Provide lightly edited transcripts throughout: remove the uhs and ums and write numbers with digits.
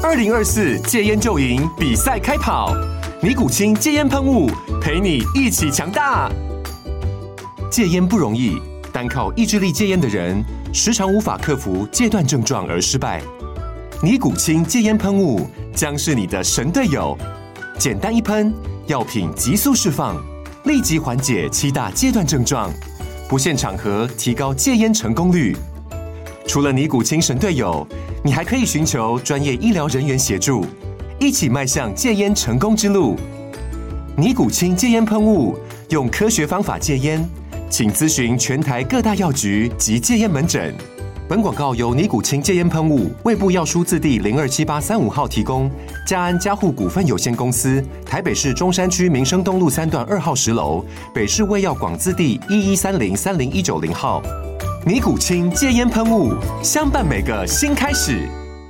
2024戒烟就赢比赛开跑，尼古清戒烟喷雾陪你一起强大。戒烟不容易，单靠意志力戒烟的人，时常无法克服戒断症状而失败。尼古清戒烟喷雾将是你的神队友，简单一喷，药品急速释放，立即缓解7大戒断症状，不限场合提高戒烟成功率。除了尼古清神队友，你还可以寻求专业医疗人员协助，一起迈向戒烟成功之路。尼古清戒烟喷雾，用科学方法戒烟，请咨询全台各大药局及戒烟门诊。本广告由尼古清戒烟喷雾、卫部药书字第027835号提供，嘉安嘉护股份有限公司，台北市中山区民生东路3段2号10楼，北市卫药广字第1130-30190号。尼古清戒烟喷雾，相伴每个新开始。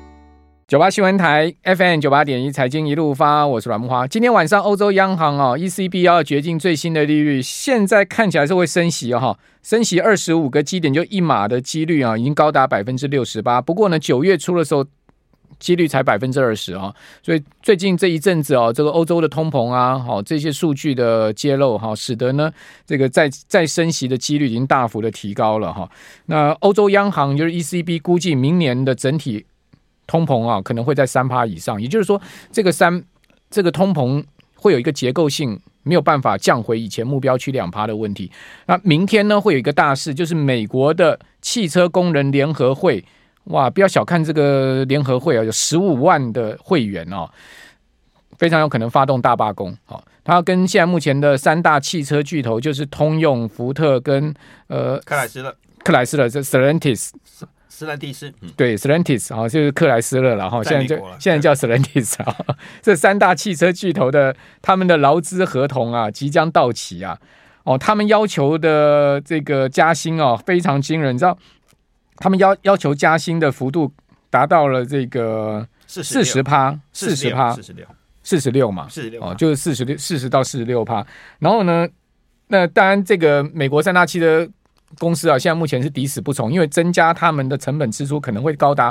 98新闻台 FM 98.1财经一路发，我是阮木花。今天晚上欧洲央行ECB 要决定最新的利率，现在看起来是会升息升息25个基点，就一码的几率已经高达 68%。不过呢，9月初的时候几率才 20%所以最近这一阵子这个欧洲的通膨这些数据的揭露使得呢这个再升息的几率已经大幅的提高了那欧洲央行就是 ECB 估计明年的整体通膨可能会在 3% 以上，也就是说这个通膨会有一个结构性没有办法降回以前目标区 2% 的问题。那明天呢会有一个大事，就是美国的汽车工人联合会，哇，不要小看这个联合会有15万的会员非常有可能发动大罢工他要跟现在目前的3大汽车巨头，就是通用、福特跟克莱斯勒这 Stellantis。 斯兰蒂斯， 对 Stellantis 就是克莱斯勒了现在叫 Stellantis 这3大汽车巨头的他们的劳资合同即将到期他们要求的这个加薪非常惊人，你知道他们要求加薪的幅度达到了这个40%， 46嘛，46就是40到46%。然后呢，那当然这个美国3大汽车公司现在目前是抵死不从，因为增加他们的成本支出可能会高达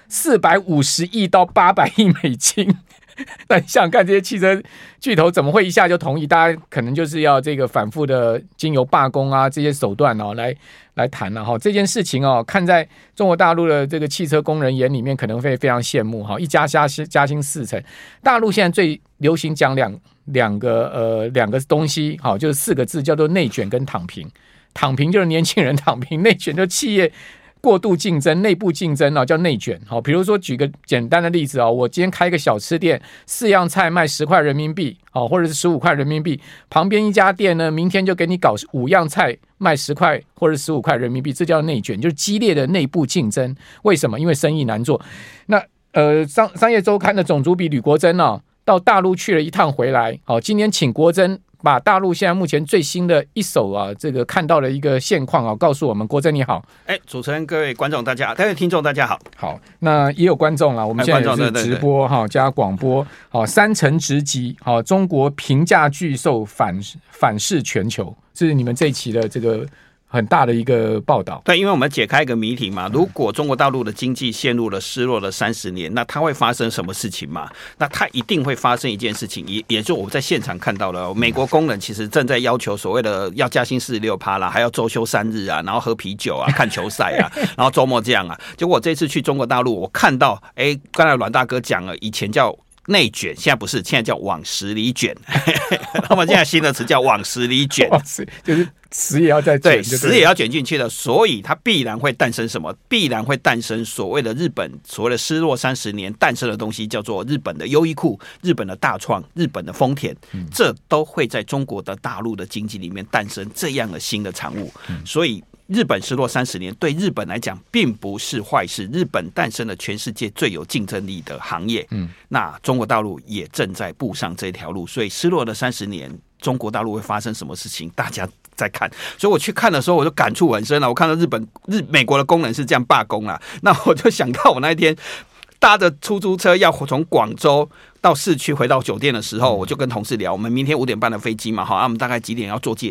450亿到800亿美金。但想想看，这些汽车巨头怎么会一下就同意？大家可能就是要这个反复的经由罢工这些手段来谈这件事情看在中国大陆的这个汽车工人眼里面，可能会非常羡慕一加薪40%。大陆现在最流行讲两个东西就是4个字，叫做内卷跟躺平。躺平就是年轻人躺平，内卷就是企业过度竞争，内部竞争叫内卷。比如说举个简单的例子我今天开个小吃店，4样菜卖10块人民币或者是15块人民币，旁边一家店呢，明天就给你搞5样菜卖10块或者15块人民币，这叫内卷，就是激烈的内部竞争。为什么？因为生意难做。那商业周刊的总主笔吕国珍到大陆去了一趟回来，今天请国珍把大陆现在目前最新的一手这个看到的一个现况告诉我们。国珍你好。 主持人、各位观众大家好，各位听众大家好。 好，那也有观众了，我们现在也是直播加广播3层直击中国平价巨兽反噬全球，这是你们这一期的这个很大的一个报道。 对，因为我们解开一个谜题嘛，如果中国大陆的经济陷入了失落了30年，那它会发生什么事情嘛？那它一定会发生一件事情，也就我们在现场看到了，美国工人其实正在要求所谓的要加薪46%啦，还要周休3日然后喝啤酒看球赛然后周末这样结果我这次去中国大陆，我看到刚才阮大哥讲了，以前叫内卷，现在不是，现在叫往死里卷。他们现在新的词叫往死里卷， 就是死也要再卷， 对，死也要卷进去的。所以它必然会诞生什么？必然会诞生所谓的日本所谓的失落30年诞生的东西，叫做日本的优衣库、日本的大创、日本的丰田，这都会在中国的大陆的经济里面诞生这样的新的产物。所以日本失落30年对日本来讲并不是坏事，日本诞生了全世界最有竞争力的行业。那中国大陆也正在步上这条路，所以失落了30年，中国大陆会发生什么事情，大家在看。所以我去看的时候，我就感触很深了。我看到美国的工人是这样罢工了，那我就想到我那一天搭着出租车要从广州到市区回到酒店的时候，我就跟同事聊，我们明天5点半的飞机嘛，我们大概几点要坐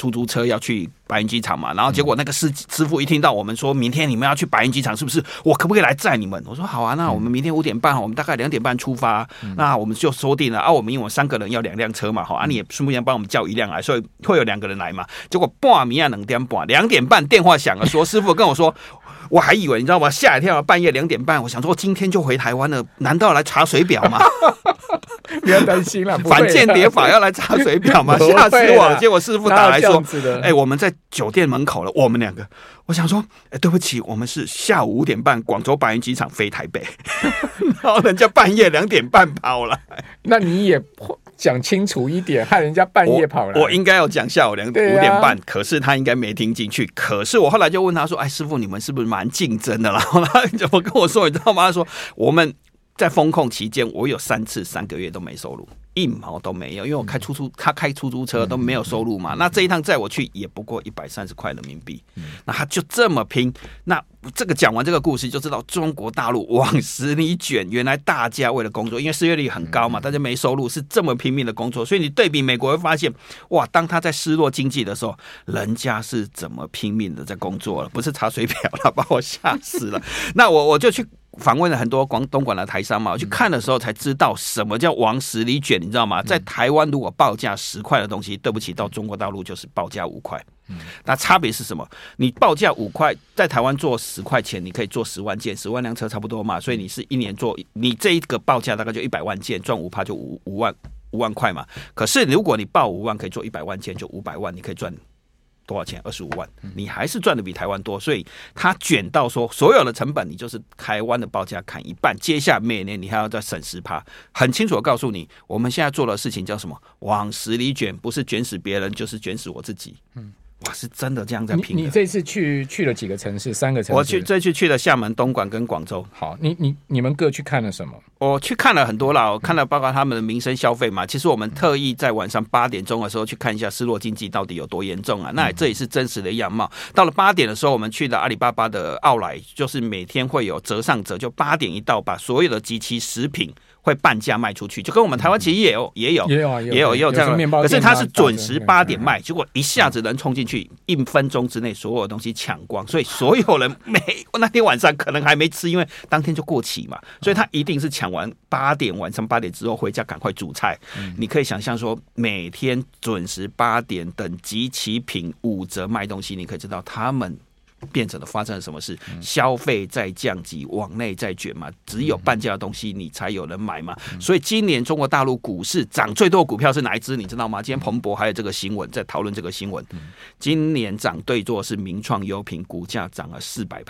出租车要去白云机场嘛，然后结果那个师傅一听到我们说明天你们要去白云机场，是不是我可不可以来载你们？我说好啊，那我们明天5点半，我们大概2点半出发，那我们就说定了啊。我们因为3个人要2辆车嘛，你也顺便帮我们叫1辆来，所以会有2个人来嘛。结果半暝2点半，2点半电话响了，说师傅跟我说。我还以为你知道吗？吓一跳，半夜2点半，我想说今天就回台湾了，难道来查水表吗？ 不要担心了， 反间谍法要来查水表吗？吓死我了！结果师傅打来说：“我们在酒店门口了，我们2个。”我想说：“对不起，我们是下午5点半广州白云机场飞台北，然后人家半夜2点半跑来， 那你也讲清楚一点，害人家半夜跑来。 我应该要讲下午5点半，可是他应该没听进去。可是我后来就问他说：“师傅，你们是不是蛮竞争的？”然后他怎么跟我说？你知道吗？他说我们在封控期间，我有3次3个月都没收入，1毛都没有，因为我他开出租车都没有收入嘛。那这一趟载我去也不过130块人民币，那他就这么拼。那这个讲完这个故事，就知道中国大陆往死里卷。原来大家为了工作，因为失业率很高嘛，大家没收入，是这么拼命的工作。所以你对比美国会发现，哇，当他在失落经济的时候，人家是怎么拼命的在工作了，不是查水表了，把我吓死了。那我就去访问了很多广东莞的台商嘛，我去看的时候才知道什么叫往死里卷，你知道吗？在台湾如果报价10块的东西，对不起，到中国大陆就是报价5块。那差别是什么？你报价5块，在台湾做10块钱，你可以做10万件，10万辆车差不多嘛，所以你是一年做，你这一个报价大概就100万件，赚5%就5万块嘛。可是如果你报5万，可以做100万件，就500万，你可以赚多少钱？25万，你还是赚的比台湾多，所以他卷到说，所有的成本你就是台湾的报价砍1半，接下来每年你还要再省10%，很清楚的告诉你，我们现在做的事情叫什么？往死里卷，不是卷死别人，就是卷死我自己。哇，是真的这样在拼的。 你这次去了几个城市？3个城市。 我这次去了厦门、东莞跟广州。 好，你们各去看了什么？ 我去看了很多啦，我看了包括他们的民生消费嘛。其实我们特意在晚上8点钟的时候去看一下失落经济到底有多严重啊。那这也是真实的样貌。到了8点的时候，我们去了阿里巴巴的奥莱，就是每天会有折上折，就8点一到，把所有的即期食品会半价卖出去，就跟我们台湾其实也有这样的，可是它是准时8点卖，结果一下子人冲进去，1分钟之内所有的东西抢光，所以所有人那天晚上可能还没吃，因为当天就过期嘛，所以他一定是抢完晚上8点之后回家赶快煮菜。你可以想象说，每天准时8点等即期品5折卖东西，你可以知道他们变成了发生了什么事？消费在降级，往内在卷嘛，只有半价的东西你才有人买嘛。所以今年中国大陆股市涨最多的股票是哪一支？你知道吗？今天彭博还有这个新闻在讨论这个新闻。今年涨最多是民创优品，股价涨了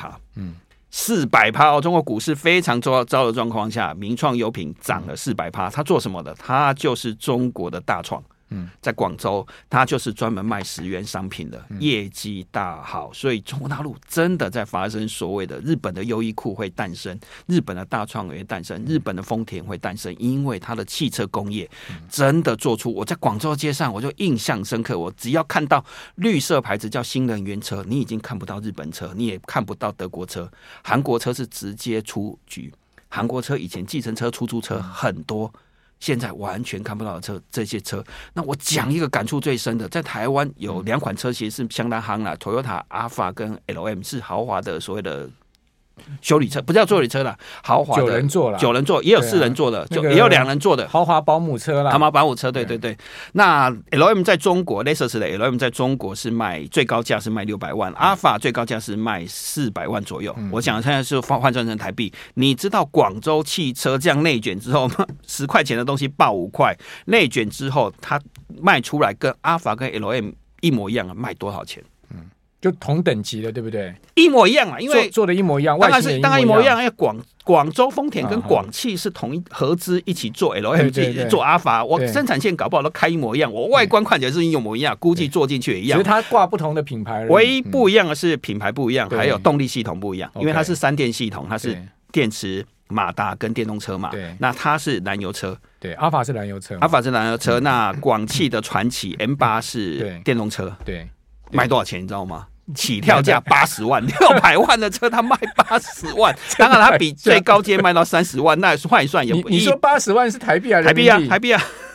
400%。400%哦！中国股市非常糟的状况下，民创优品涨了400%。它做什么的？它就是中国的大创。在广州，它就是专门卖10元商品的，业绩大好，所以中国大陆真的在发生所谓的日本的优衣库会诞生，日本的大创会诞生，日本的丰田会诞生，因为它的汽车工业真的做出。我在广州街上我就印象深刻，我只要看到绿色牌子叫新能源车，你已经看不到日本车，你也看不到德国车，韩国车是直接出局。韩国车以前计程车、出租车很多。现在完全看不到的车，这些车。那我讲一个感触最深的，在台湾有2款车其实是相当夯啦，Toyota Alpha 跟 LM 是豪华的所谓的休旅车，不叫休旅车啦，豪华的9人座，也有4人座的，也有2人座的豪华保姆车啦， 豪华保姆车，对。那 LM 在中国 ，Lexus 的 LM 在中国是卖最高价是卖600万，Alpha 最高价是卖400万左右。我讲现在是换算成台币，你知道广州汽车这样内卷之后，10块钱的东西报5块，内卷之后它卖出来跟 Alpha 跟 LM 一模一样啊，卖多少钱？ 就同等级的，对不对？ 一模一样啊，因为做的一模一样， 当然一模一样。因为广州丰田跟广汽是同一合资一起做 LM， 做阿法，我生产线搞不好都开一模一样，我外观看起来是一模一样，估计做进去也一样。 只是它挂不同的品牌而已， 唯一不一样的是品牌不一样，还有动力系统不一样，因为它是3电系统，它是电池、马达跟电动车嘛。那它是燃油车。 对，阿法是燃油车， 那广汽的传祺 M8 是电动车。 对， 卖多少钱你知道吗？起跳价80万，600万的车他卖80万，当然他比最高阶卖到30万，那换一算也不。 你说80万是台币还是台币啊？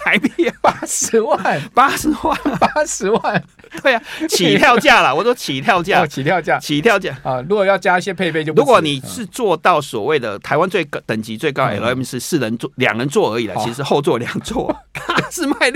台币啊 80万 ，80万 ，80万， 对啊，起跳价啦，我说起跳价， 哦，起跳价啊！如果要加一些配备就不止， 如果你是做到所谓的台湾等级最高 LM 是4人座2人座而已啦，其实后座2座，它是卖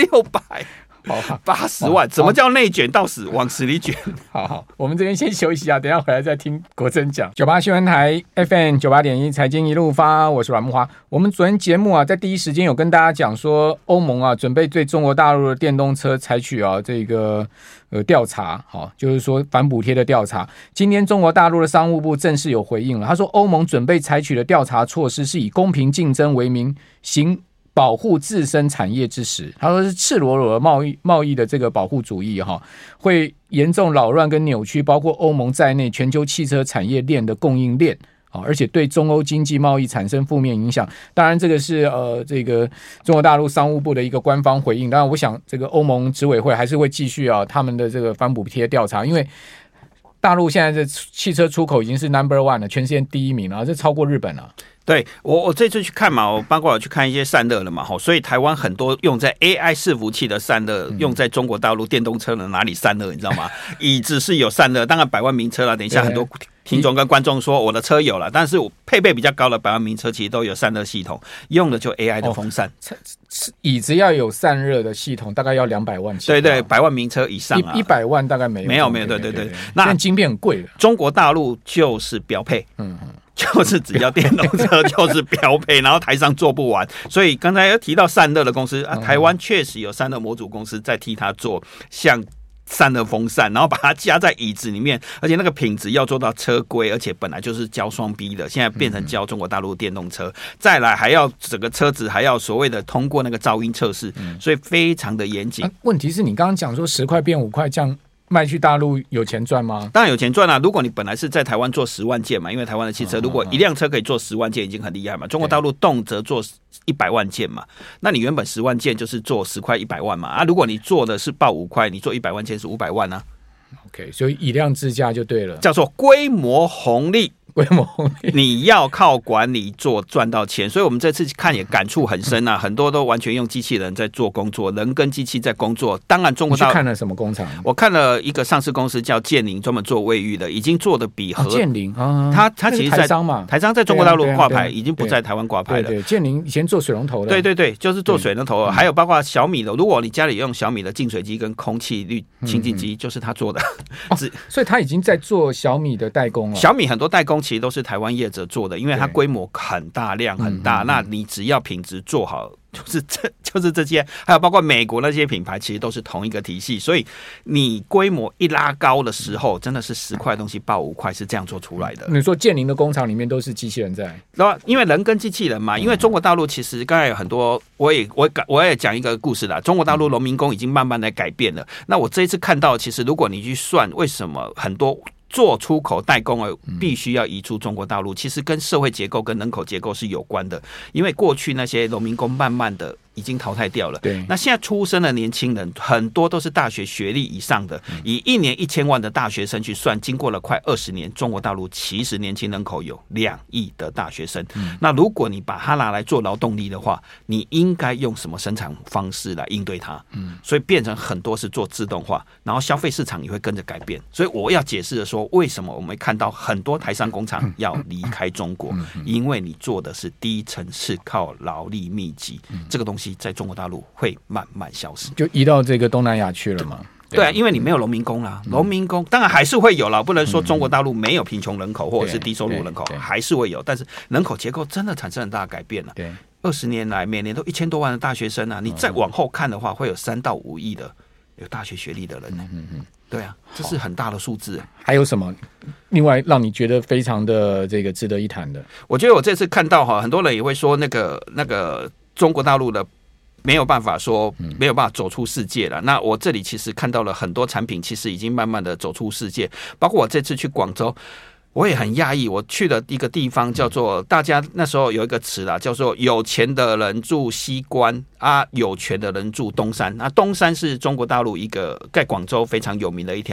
600。80万，什么叫内卷到死？往死里卷。 好，我们这边先休息一下，等一下回来再听国珍讲。98新闻台 FM 98.1财经一路发，我是阮木华。我们昨天节目啊，在第一时间有跟大家讲说，欧盟啊准备对中国大陆的电动车采取这个调查，好，就是说反补贴的调查。今天中国大陆的商务部正式有回应了，他说欧盟准备采取的调查措施是以公平竞争为名，行保护自身产业之实，他说是赤裸裸的贸易的这个保护主义会严重扰乱跟扭曲包括欧盟在内全球汽车产业链的供应链，而且对中欧经济贸易产生负面影响。当然这个是这个中国大陆商务部的一个官方回应，当然我想这个欧盟执委会还是会继续他们的这个反补贴调查，因为大陆现在的汽车出口已经是 No.1 了，全世界第1名了，这超过日本了。 对，我这次去看嘛，我包括我去看一些散热了嘛，所以台湾很多用在 AI 伺服器的散热，用在中国大陆电动车的哪里散热，你知道吗？椅子是有散热，当然百万名车啦，等一下很多听众跟观众说我的车有了，但是我配备比较高的百万名车其实都有散热系统，用的就 AI 的风扇。 椅子要有散热的系统，大概要200万起。 对，百万名车以上啊 ，100万大概没有， 对。 那晶片很贵了， 中国大陆就是标配，就是只要电动车就是标配，然后台上做不完，所以刚才有提到散热的公司啊，台湾确实有散热模组公司在替他做像散热风扇，然后把它加在椅子里面，而且那个品质要做到车规，而且本来就是交双 B 的，现在变成交中国大陆电动车，再来还要整个车子还要所谓的通过那个噪音测试，所以非常的严谨。 问题是你刚刚讲说10块变5块这样卖去大陆有钱赚吗？ 当然有钱赚啊！如果你本来是在台湾做10万件嘛，因为台湾的汽车如果一辆车可以做10万件已经很厉害嘛，中国大陆动辄做100万件嘛，那你原本10万件就是做10块100万嘛，如果你做的是报5块，你做100万件是500万啊。 OK， 所以以量制价就对了， 叫做规模红利。你要靠管理做赚到钱，所以我们这次看也感触很深啊，很多都完全用机器人在做工作，人跟机器在工作。当然中国大陆， 你去看了什么工厂？ 我看了一个上市公司叫建林，专门做卫浴的，已经做的比建林他其实在台商嘛， 台商在中国大陆挂牌，已经不在台湾挂牌了。 对，建林以前做水龙头的， 对，就是做水龙头的，还有包括小米的。如果你家里用小米的净水机跟空气滤清净机，就是他做的。 所以他已经在做小米的代工了。 小米很多代工其实都是台湾业者做的，因为它规模很大，量很大。那你只要品质做好，就是这些，还有包括美国那些品牌，其实都是同一个体系。所以你规模一拉高的时候，真的是10块东西报5块，是这样做出来的。 你说建林的工厂里面都是机器人在， 因为人跟机器人嘛。因为中国大陆其实刚才有很多，我也讲一个故事啦。中国大陆农民工已经慢慢的改变了。那我这一次看到，其实如果你去算，为什么很多做出口代工必须要移出中国大陆，其实跟社会结构跟人口结构是有关的。因为过去那些农民工慢慢的已经淘汰掉了， 对。 那现在出生的年轻人很多都是大学学历以上的，以1年1000万的大学生去算，经过了快20年，中国大陆其实年轻人口有2亿的大学生。那如果你把它拿来做劳动力的话，你应该用什么生产方式来应对它？所以变成很多是做自动化，然后消费市场也会跟着改变。所以我要解释的说，为什么我们会看到很多台商工厂要离开中国，因为你做的是低层次靠劳力密集，这个东西在中国大陆会慢慢消失， 就移到这个东南亚去了嘛。 对啊，因为你没有农民工啦，农民工当然还是会有啦，不能说中国大陆没有贫穷人口或者是低收入人口，还是会有，但是人口结构真的产生很大的改变了。 对 ，20年来每年都1000多万的大学生啊，你再往后看的话，会有3到5亿的有大学学历的人。对啊，这是很大的数字。 还有什么另外让你觉得非常的这个值得一谈的？ 我觉得我这次看到很多人也会说那个中国大陆的没有办法走出世界了。那我这里其实看到了很多产品，其实已经慢慢的走出世界。包括我这次去广州，我也很讶异，我去的一个地方叫做，大家那时候有一个词啦，叫做有钱的人住西关啊，有权的人住东山。那东山是中国大陆一个在广州非常有名的一条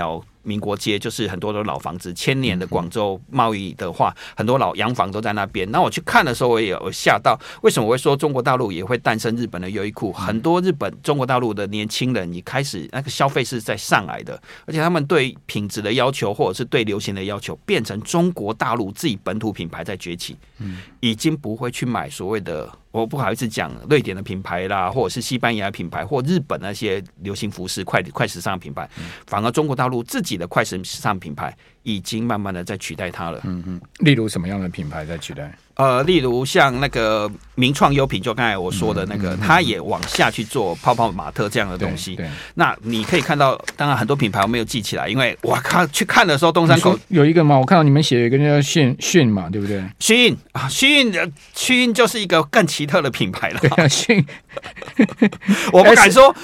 民国街，就是很多的老房子，千年的广州贸易的话，很多老洋房都在那边。那我去看的时候，我也有吓到，为什么我会说中国大陆也会诞生日本的优衣库？很多中国大陆的年轻人，你开始那个消费是在上来的，而且他们对品质的要求或者是对流行的要求，变成中国大陆自己本土品牌在崛起，已经不会去买所谓的。我不好意思讲瑞典的品牌啦，或者是西班牙品牌，或日本那些流行服饰、快时尚品牌，反而中国大陆自己的快时尚品牌已经慢慢的在取代它了。 例如什么样的品牌在取代？ 例如像那个名创优品，就刚才我说的那个，它也往下去做泡泡玛特这样的东西。那你可以看到，当然很多品牌我没有记起来，因为我去看的时候，东山口有一个嘛，我看到你们写有一个叫迅嘛，对不对？ 迅就是一个更奇特的品牌了。 对啊，迅， 我不敢说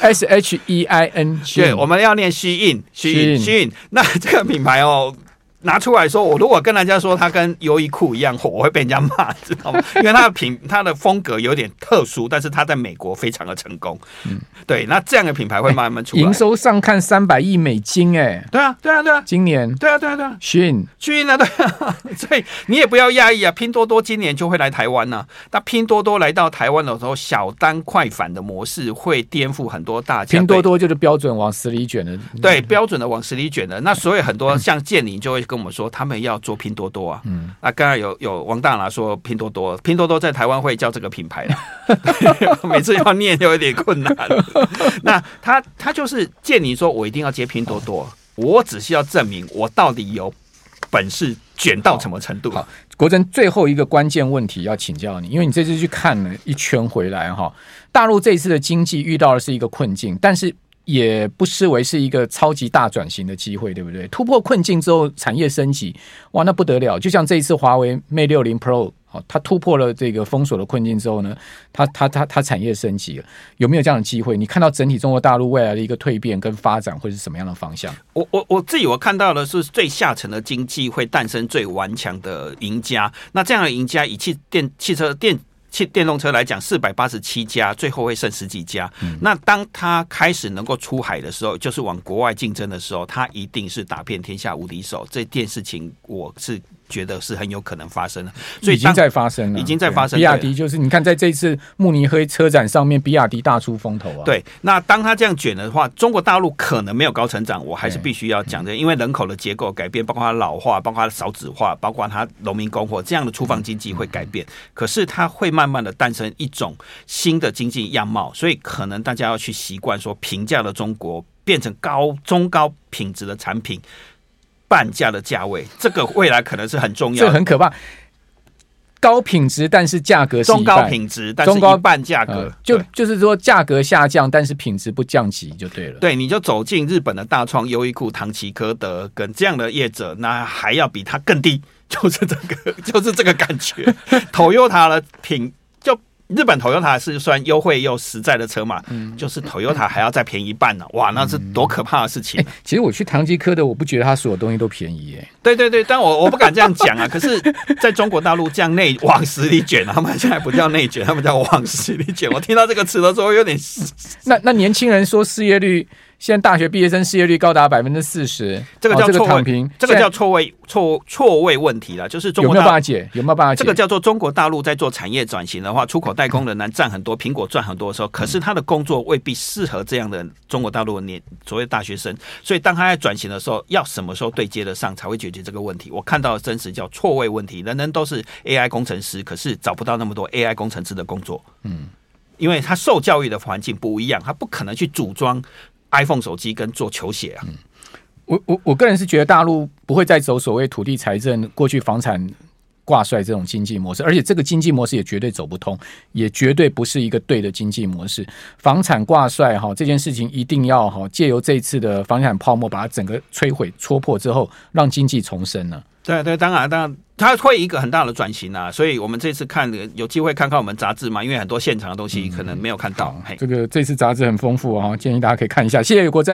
SHEIN， 对，我们要念迅。那这个品牌哦。拿出来说，我如果跟人家说它跟优衣库一样火，我会被人家骂，知道吗？因为它的风格有点特殊，但是它在美国非常的成功。对，那这样的品牌会慢慢出来。 营收上看$300亿，哎， 对啊， 今年， 对啊，迅啊，对啊，所以你也不要讶异啊，拼多多今年就会来台湾啊。那拼多多来到台湾的时候，小单快返的模式会颠覆很多大家。 拼多多就是标准往死里卷的， 对，标准的往死里卷的。那所以很多像建宁就会跟我们说，他们要做拼多多啊。那刚才有王大拿说拼多多在台湾会叫这个品牌了，每次要念就有点困难。那他就是建宁说，我一定要接拼多多，我只是要证明我到底有本事卷到什么程度。 好，国珍最后一个关键问题要请教你，因为你这次去看了一圈回来哈，大陆这一次的经济遇到的是一个困境，但是也不失为是一个超级大转型的机会，对不对？突破困境之后，产业升级，哇，那不得了！就像这一次华为 Mate 60 Pro， 它突破了这个封锁的困境之后呢，它产业升级了，有没有这样的机会？你看到整体中国大陆未来的一个蜕变跟发展会是什么样的方向？ 我自己看到的是最下层的经济会诞生最顽强的赢家，那这样的赢家以电动车来讲，487家，最后会剩10几家。那当他开始能够出海的时候，就是往国外竞争的时候，他一定是打遍天下无敌手。这件事情我是觉得是很有可能发生的，所以已经在发生了， 已经在发生。 比亚迪就是你看，在这一次慕尼黑车展上面，比亚迪大出风头啊。 对，那当他这样卷的话，中国大陆可能没有高成长，我还是必须要讲的，因为人口的结构改变，包括它老化，包括它少子化，包括它农民工或这样的粗放经济会改变。可是它会慢慢的诞生一种新的经济样貌，所以可能大家要去习惯说，平价的中国变成中高品质的产品。半价的价位，这个未来可能是很重要的， 这很可怕。高品质，但是价格是中高品质，但是一半价格， 就是说价格下降，但是品质不降级就对了。 对，你就走进日本的大创、优衣库、唐吉诃德跟这样的业者，那还要比它更低，就是这个感觉。Toyota 的日本 Toyota 是算优惠又实在的车嘛，就是 Toyota 还要再便宜一半呢，哇，那是多可怕的事情！ 其实我去唐吉诃德，我不觉得它所有东西都便宜耶。 对，但我不敢这样讲啊。可是在中国大陆这样往死里卷，他们现在不叫内卷，他们叫往死里卷。我听到这个词的时候有点…… 那年轻人说失业率。现在大学毕业生失业率高达40%， 这个叫躺平， 这个叫错位问题了。就是中国有没有办法解？ 这个叫做中国大陆在做产业转型的话，出口代工仍然占很多，苹果赚很多的时候，可是他的工作未必适合这样的中国大陆的所谓大学生。所以当他在转型的时候，要什么时候对接得上才会解决这个问题？我看到的真实叫错位问题，人人都是 AI 工程师，可是找不到那么多 AI 工程师的工作。因为他受教育的环境不一样，他不可能去组装iPhone 手机跟做球鞋啊。 我个人是觉得大陆不会再走所谓土地财政过去房产挂帅这种经济模式，而且这个经济模式也绝对走不通，也绝对不是一个对的经济模式。房产挂帅这件事情一定要借由这一次的房产泡沫把它整个摧毁戳破之后，让经济重生呢。 对，当然，它会一个很大的转型啊，所以我们这次有机会看看我们杂志嘛，因为很多现场的东西可能没有看到。 这次杂志很丰富建议大家可以看一下。谢谢国珍。